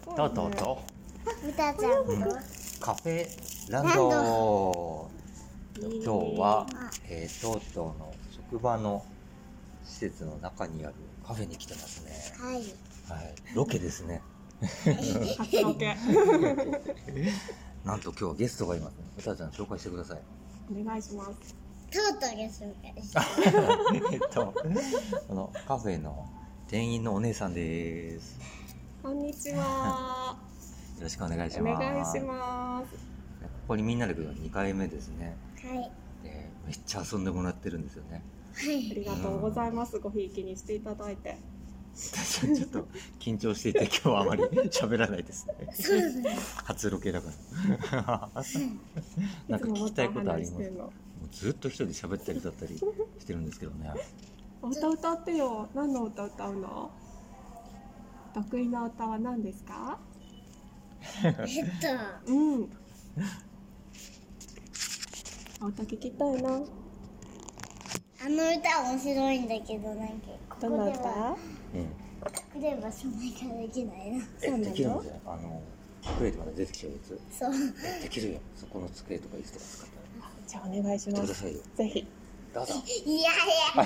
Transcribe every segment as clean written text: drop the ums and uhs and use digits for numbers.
とうとうと豚ちゃんとカフェランド。今日は、とうとうの職場の施設の中にあるカフェに来てますね。 はい。 はい、ロケですね。 初ロケ。 なんと今日はゲストがいますね。歌ちゃん紹介してください。 お願いします。 とうとうが紹介して。 このカフェの店員のお姉さんです。 こんにちは。 よろしくお願いしおます。 願いします。 ここにみんなで来るの2回目ですね。 はい。 めっちゃ遊んでもらってるんですよね。 ありがとうございます。ごひいきにしていただいて。 ちょっと緊張していて今日はあまり喋らないですね。 そうですね。 初ロケだから。なんか聞きたいことありますか？もうずっと一人で喋ったり歌ったりしてるんですけどね。 歌歌ってよ。何の歌歌うの？得意な歌は何ですか？うん。歌聞きたいな。 あの歌面白いんだけど、なんかどんな歌？ 隠れ場所ないからできないな。 そうなの？ できるんですよ。隠れてまで出てきちゃうやつ。 そう。 できるよ。そこの机とか椅子とか使ったら。 じゃあお願いします。 やってくださいよ。 ぜひ。 どうぞ。 いや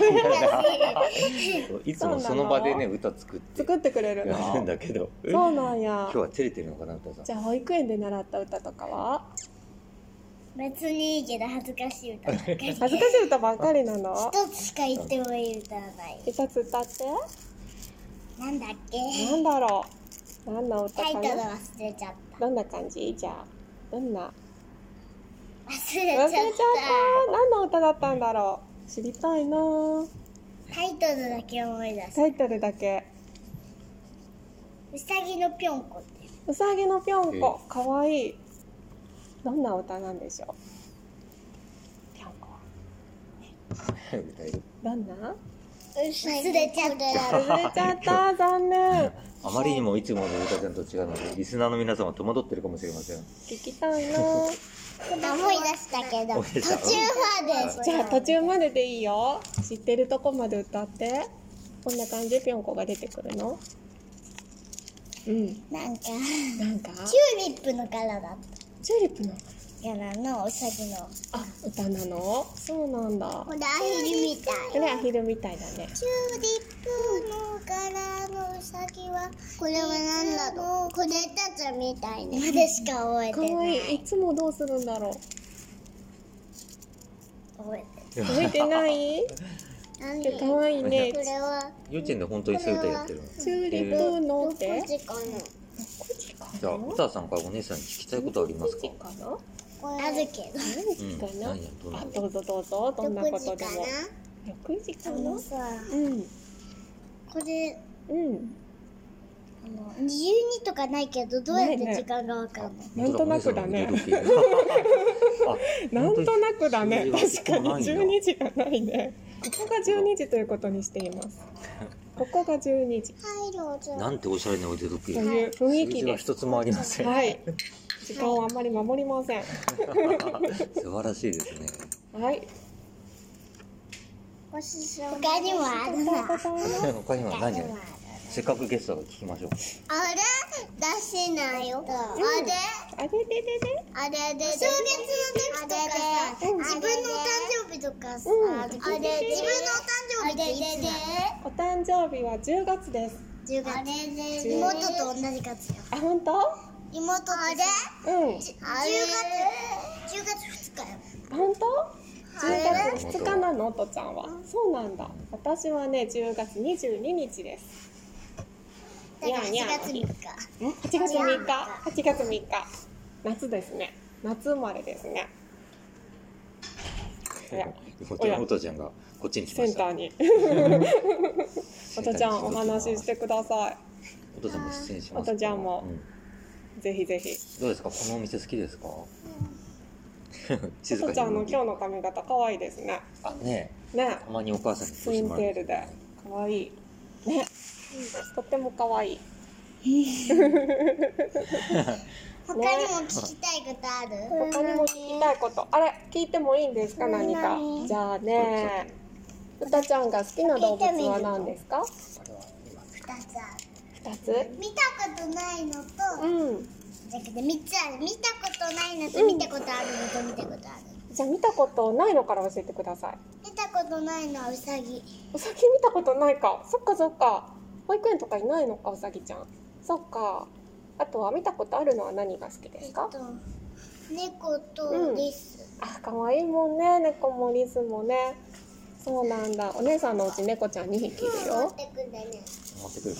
いつもその場でね歌作ってくれるの。 やるんだけど。 そうなんや。 今日は照れてるのかな歌さん。 じゃあ保育園で習った歌とかは？ 別にいいけど恥ずかしい歌ばっかり。 恥ずかしい歌ばっかりなの？ 一つしか言ってもいい歌はない。 一つ歌って。 なんだっけ？ なんだろう。何の歌タイかな？ トル忘れちゃった。 どんな感じ？じゃあどんな？ 忘れ忘ちゃっれちゃった。何の歌だったんだろう。知りたいな。 タイトルだけ思い出す。 タイトルだけ。 うさぎのぴょんこって。 うさぎのぴょんこ、かわいい。どんな歌なんでしょう。ぴょんこ。 歌える。 どんな？ 忘れちゃった。 忘れちゃった。残念。 あまりにもいつもの歌ちゃんと違うので、リスナーの皆さんは戸惑ってるかもしれません。 聞きたいな。 思い出したけど、途中まで。 じゃあ途中まででいいよ。知ってるとこまで歌って。こんな感じでぴょんこが出てくるの？うん。 なんか、 なんか？ チューリップの柄だった。 チューリップの柄のうさぎの。 歌なの？そうなんだ。 これアヒルみたい。 これアヒルみたいだね。 チューリップの柄のうさぎは、これは何だろう。これたちゃんみたいね。までしか覚えかてない。 わいい。いつもどうするんだろう。 覚えて覚えてない？ なんでかわいいね。 これは、 幼稚園で本当にそういう歌やってるの。 チューリップのってどこかな。 じゃあ歌さんからお姉さんに聞きたいことありますか？ かな？ あるけど。 何かな？ 何やどうなの？ どうぞどうぞ。どんなことでも。6時かな？ さ、 うんこれ、 うん。 12とかないけど、どうやって時間がわかんない。 なんとなくだね。 あなんとなくだね。確かにないんだ 12時がないね。ここが12時ということにしています。ここが12時はい、どうぞ。 なんておしゃれな腕時計。 という雰囲気数字はです。 一つもありません。 はい。時間をあんまり守りません。 素晴らしいですね。 はい。 他にもあるな。 他には何？せっかくゲストが聞きましょう。 あれ出しないよ。あれあれででで。 あれで、数月の時とかさ、自分のお誕生日とかさ、あれ、自分のお誕生日っていつなの？ お誕生日は10月です。 10月。妹と同じ月よ。 あ、本当？ 妹とあれうん。 10月2日よ。 本当？10月2日なの、おとちゃんは。そうなんだ。私はね、10月22日です。 だから8月3日。 8月3日。8月3日。夏ですね。夏生まれですね。 おとちゃんがこっちに来ました。 センターに。おとちゃん、お話ししてください。 おとちゃんも出演しますか？ おとちゃんもぜひぜひ。 どうですか？このお店好きですか？ おとちゃんの今日の髪型可愛いですね。 あ、ねえ。 ね。 たまにお母さんにツインテールで可愛い。ね。とっても可愛い。 他にも聞きたいことある？ 他にも聞きたいこと。あれ、聞いてもいいんですか？何か。じゃあね。うたちゃんが好きな動物は何ですか？ 2つある。 2つ？ 見たことないのと、 うん。 だけど3つある。見たことないのと、見たことあるのと、見たことある。 じゃあ見たことないのから教えてください。 見たことないのはウサギ。 うさぎ見たことないか。そっかそっか。保育園とかいないのか、うさぎちゃん。そっか。あとは見たことあるのは何が好きですか？ 猫とリス。 あ、可愛いもんね。猫もリスもね。そうなんだ。お姉さんのうち猫ちゃん2匹いる持よっ。てくんだね。 持ってくる。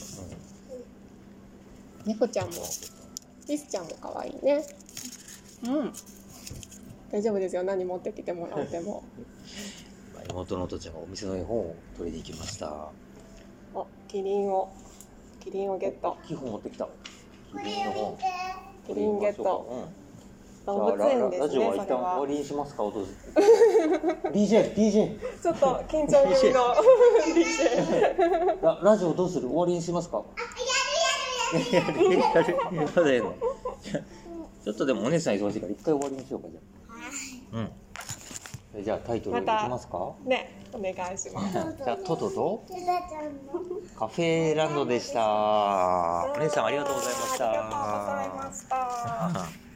猫ちゃんもリスちゃんも可愛いね。うん。大丈夫ですよ。何持ってきてもらっても。 妹のおとちゃんがお店の絵本を取りに行きました。 お、キリンをゲット。 基本持ってきた。 これを見て。 キリンゲット。 うん動物園ですね。 ラジオは一旦終それはわりにしますか、お父さん。DJ。 ちょっと緊張気味の DJ。 ラジオどうする？終わりにしますか？やる。まだやるの。ちょっとでもお姉さん忙しいから一回終わりにしようか、じゃあ。うん。じゃあタイトルいきますか？ ね、お願いします。 じゃあトトとテラちゃんの。 カフェランドでした。お姉さんありがとうございました。 ありがとうございました。